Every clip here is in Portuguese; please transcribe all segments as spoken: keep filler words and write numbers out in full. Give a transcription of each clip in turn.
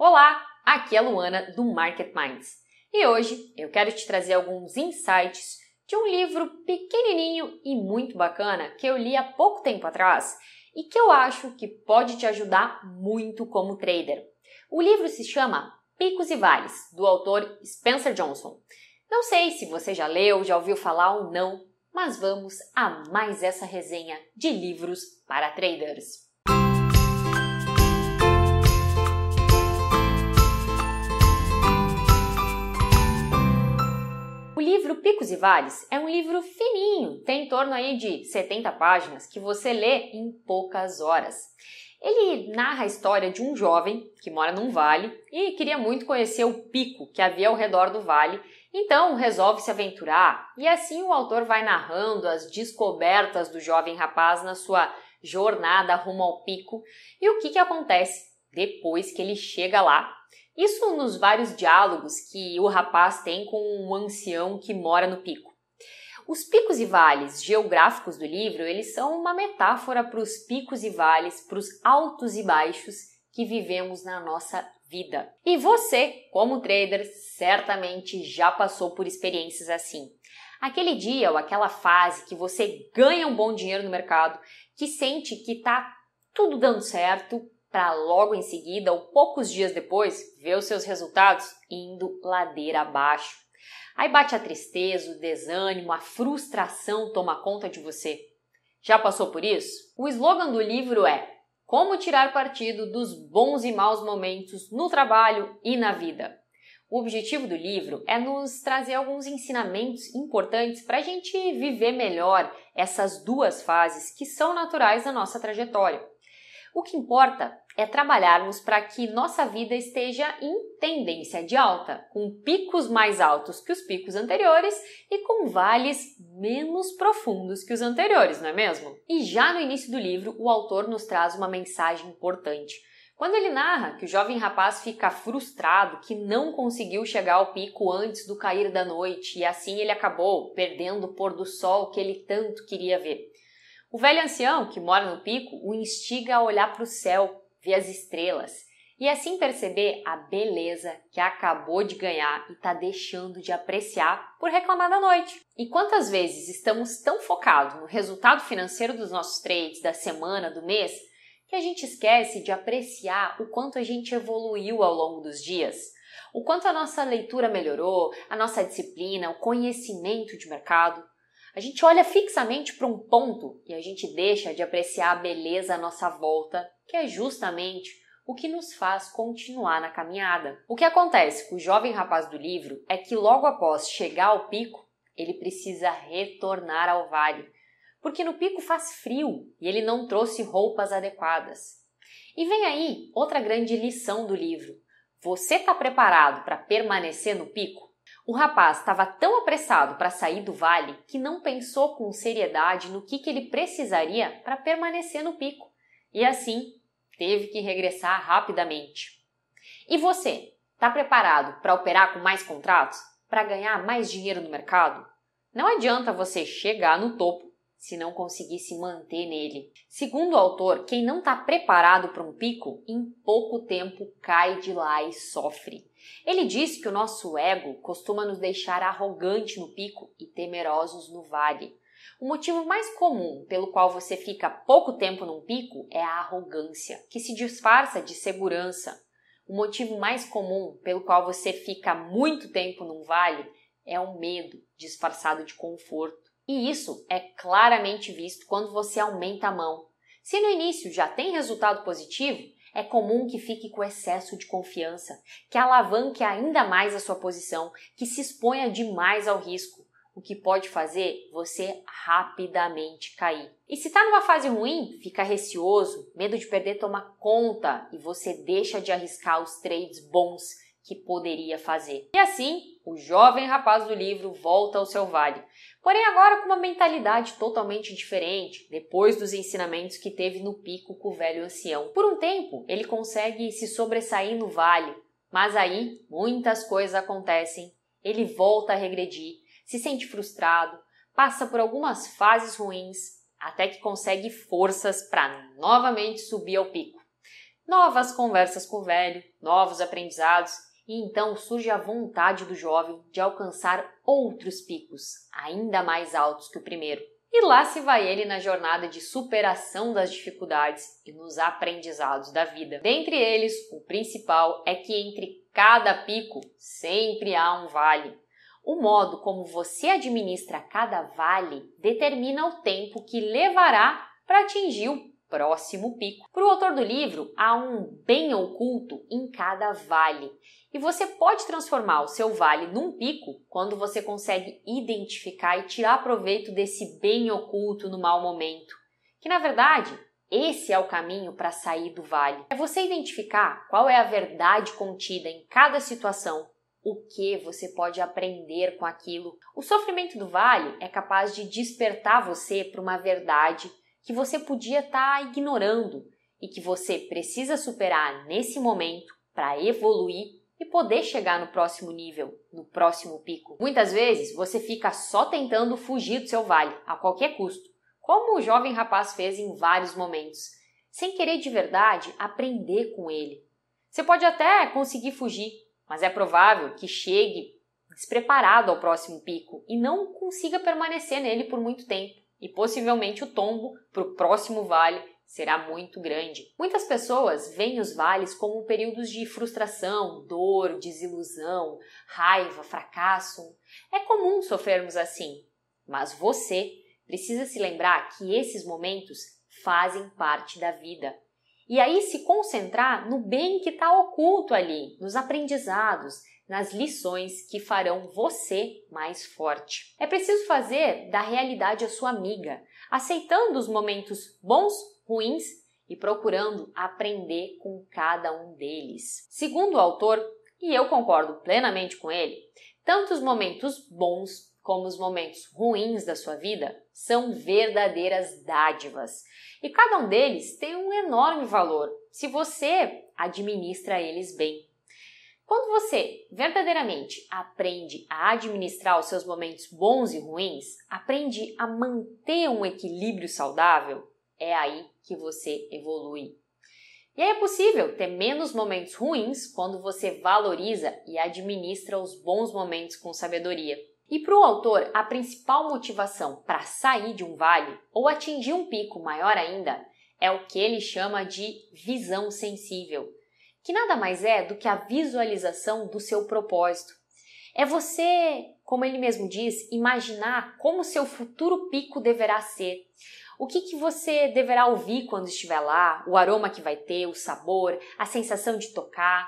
Olá, aqui é a Luana do Market Minds e hoje eu quero te trazer alguns insights de um livro pequenininho e muito bacana que eu li há pouco tempo atrás e que eu acho que pode te ajudar muito como trader. O livro se chama Picos e Vales, do autor Spencer Johnson. Não sei se você já leu, já ouviu falar ou não, mas vamos a mais essa resenha de livros para traders. O livro Picos e Vales é um livro fininho, tem em torno aí de setenta páginas que você lê em poucas horas. Ele narra a história de um jovem que mora num vale e queria muito conhecer o pico que havia ao redor do vale, então resolve se aventurar e assim o autor vai narrando as descobertas do jovem rapaz na sua jornada rumo ao pico e o que, que acontece depois que ele chega lá. Isso nos vários diálogos que o rapaz tem com um ancião que mora no pico. Os picos e vales geográficos do livro, eles são uma metáfora para os picos e vales, para os altos e baixos que vivemos na nossa vida. E você, como trader, certamente já passou por experiências assim. Aquele dia ou aquela fase que você ganha um bom dinheiro no mercado, que sente que está tudo dando certo, para logo em seguida, ou poucos dias depois, ver os seus resultados indo ladeira abaixo. Aí bate a tristeza, o desânimo, a frustração toma conta de você. Já passou por isso? O slogan do livro é Como tirar partido dos bons e maus momentos no trabalho e na vida. O objetivo do livro é nos trazer alguns ensinamentos importantes para a gente viver melhor essas duas fases que são naturais da nossa trajetória. O que importa é trabalharmos para que nossa vida esteja em tendência de alta, com picos mais altos que os picos anteriores e com vales menos profundos que os anteriores, não é mesmo? E já no início do livro, o autor nos traz uma mensagem importante. Quando ele narra que o jovem rapaz fica frustrado que não conseguiu chegar ao pico antes do cair da noite e assim ele acabou perdendo o pôr do sol que ele tanto queria ver. O velho ancião, que mora no pico, o instiga a olhar para o céu, ver as estrelas e assim perceber a beleza que acabou de ganhar e está deixando de apreciar por reclamar da noite. E quantas vezes estamos tão focados no resultado financeiro dos nossos trades, da semana, do mês, que a gente esquece de apreciar o quanto a gente evoluiu ao longo dos dias, o quanto a nossa leitura melhorou, a nossa disciplina, o conhecimento de mercado. A gente olha fixamente para um ponto e a gente deixa de apreciar a beleza à nossa volta, que é justamente o que nos faz continuar na caminhada. O que acontece com o jovem rapaz do livro é que logo após chegar ao pico, ele precisa retornar ao vale, porque no pico faz frio e ele não trouxe roupas adequadas. E vem aí outra grande lição do livro. Você está preparado para permanecer no pico? O rapaz estava tão apressado para sair do vale que não pensou com seriedade no que, que ele precisaria para permanecer no pico e assim teve que regressar rapidamente. E você, está preparado para operar com mais contratos? Para ganhar mais dinheiro no mercado? Não adianta você chegar no topo se não conseguir se manter nele. Segundo o autor, quem não está preparado para um pico, em pouco tempo cai de lá e sofre. Ele diz que o nosso ego costuma nos deixar arrogante no pico e temerosos no vale. O motivo mais comum pelo qual você fica pouco tempo num pico é a arrogância, que se disfarça de segurança. O motivo mais comum pelo qual você fica muito tempo num vale é o medo, disfarçado de conforto. E isso é claramente visto quando você aumenta a mão. Se no início já tem resultado positivo, é comum que fique com excesso de confiança, que alavanque ainda mais a sua posição, que se exponha demais ao risco, o que pode fazer você rapidamente cair. E se está numa fase ruim, fica receoso, medo de perder toma conta e você deixa de arriscar os trades bons que poderia fazer. E assim, o jovem rapaz do livro volta ao seu vale, porém agora com uma mentalidade totalmente diferente, depois dos ensinamentos que teve no pico com o velho ancião. Por um tempo, ele consegue se sobressair no vale, mas aí muitas coisas acontecem, ele volta a regredir, se sente frustrado, passa por algumas fases ruins, até que consegue forças para novamente subir ao pico. novas conversas com o velho, novos aprendizados, e então surge a vontade do jovem de alcançar outros picos, ainda mais altos que o primeiro. E lá se vai ele na jornada de superação das dificuldades e nos aprendizados da vida. Dentre eles, o principal é que entre cada pico sempre há um vale. O modo como você administra cada vale determina o tempo que levará para atingir o próximo pico. Para o autor do livro, há um bem oculto em cada vale. E você pode transformar o seu vale num pico quando você consegue identificar e tirar proveito desse bem oculto no mau momento. Que, na verdade, esse é o caminho para sair do vale. É você identificar qual é a verdade contida em cada situação, o que você pode aprender com aquilo. O sofrimento do vale é capaz de despertar você para uma verdade que você podia estar ignorando e que você precisa superar nesse momento para evoluir e poder chegar no próximo nível, no próximo pico. Muitas vezes você fica só tentando fugir do seu vale, a qualquer custo, como o jovem rapaz fez em vários momentos, sem querer de verdade aprender com ele. Você pode até conseguir fugir, mas é provável que chegue despreparado ao próximo pico e não consiga permanecer nele por muito tempo. E possivelmente o tombo para o próximo vale será muito grande. Muitas pessoas veem os vales como períodos de frustração, dor, desilusão, raiva, fracasso. É comum sofrermos assim, mas você precisa se lembrar que esses momentos fazem parte da vida. E aí se concentrar no bem que está oculto ali, nos aprendizados, nas lições que farão você mais forte. É preciso fazer da realidade a sua amiga, aceitando os momentos bons, ruins e procurando aprender com cada um deles. Segundo o autor, e eu concordo plenamente com ele, tanto os momentos bons como os momentos ruins da sua vida são verdadeiras dádivas. E cada um deles tem um enorme valor se você administra eles bem. Quando você verdadeiramente aprende a administrar os seus momentos bons e ruins, aprende a manter um equilíbrio saudável, é aí que você evolui. E aí é possível ter menos momentos ruins quando você valoriza e administra os bons momentos com sabedoria. E para o autor, a principal motivação para sair de um vale ou atingir um pico maior ainda é o que ele chama de visão sensível, que nada mais é do que a visualização do seu propósito. É você, como ele mesmo diz, imaginar como seu futuro pico deverá ser. O que, que você deverá ouvir quando estiver lá, o aroma que vai ter, o sabor, a sensação de tocar.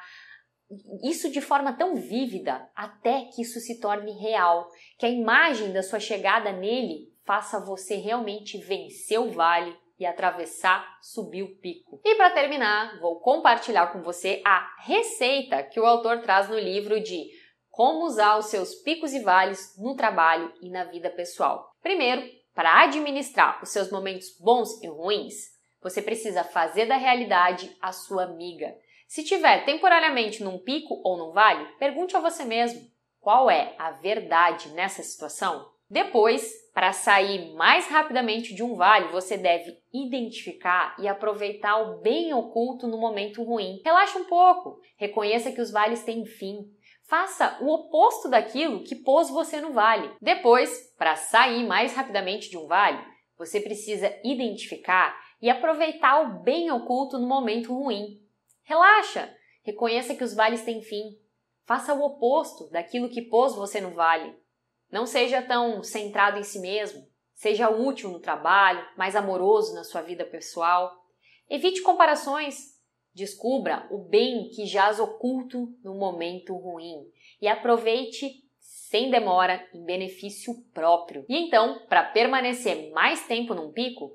Isso de forma tão vívida até que isso se torne real, que a imagem da sua chegada nele faça você realmente vencer o vale e atravessar, subir o pico. E para terminar, vou compartilhar com você a receita que o autor traz no livro de como usar os seus picos e vales no trabalho e na vida pessoal. Primeiro, para administrar os seus momentos bons e ruins, você precisa fazer da realidade a sua amiga. Se tiver temporariamente num pico ou num vale, pergunte a você mesmo qual é a verdade nessa situação. Depois, para sair mais rapidamente de um vale, você deve identificar e aproveitar o bem oculto no momento ruim. Relaxe um pouco, reconheça que os vales têm fim. Faça o oposto daquilo que pôs você no vale. Depois, para sair mais rapidamente de um vale, você precisa identificar e aproveitar o bem oculto no momento ruim. Relaxa, reconheça que os vales têm fim. Faça o oposto daquilo que pôs você no vale. Não seja tão centrado em si mesmo. Seja útil no trabalho, mais amoroso na sua vida pessoal. Evite comparações. Descubra o bem que jaz oculto no momento ruim e aproveite sem demora em benefício próprio. E então, para permanecer mais tempo num pico,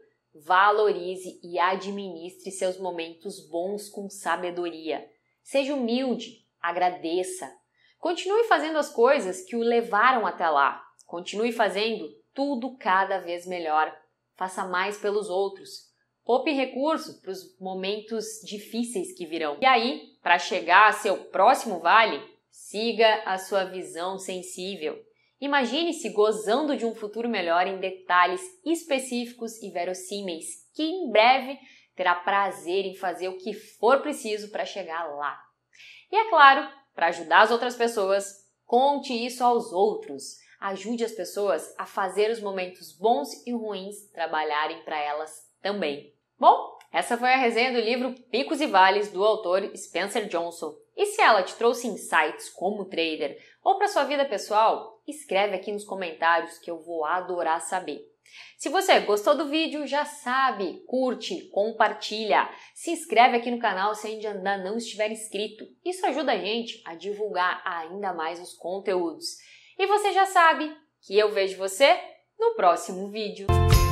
valorize e administre seus momentos bons com sabedoria. Seja humilde, agradeça. Continue fazendo as coisas que o levaram até lá. Continue fazendo tudo cada vez melhor. Faça mais pelos outros. Poupe recurso para os momentos difíceis que virão. E aí, para chegar a seu próximo vale, siga a sua visão sensível. Imagine-se gozando de um futuro melhor em detalhes específicos e verossímeis, que em breve terá prazer em fazer o que for preciso para chegar lá. E é claro, para ajudar as outras pessoas, conte isso aos outros. Ajude as pessoas a fazer os momentos bons e ruins trabalharem para elas também. Bom, essa foi a resenha do livro Picos e Vales do autor Spencer Johnson. E se ela te trouxe insights como trader ou para sua vida pessoal, escreve aqui nos comentários que eu vou adorar saber. Se você gostou do vídeo, já sabe, curte, compartilha, se inscreve aqui no canal se ainda não estiver inscrito. Isso ajuda a gente a divulgar ainda mais os conteúdos. E você já sabe que eu vejo você no próximo vídeo.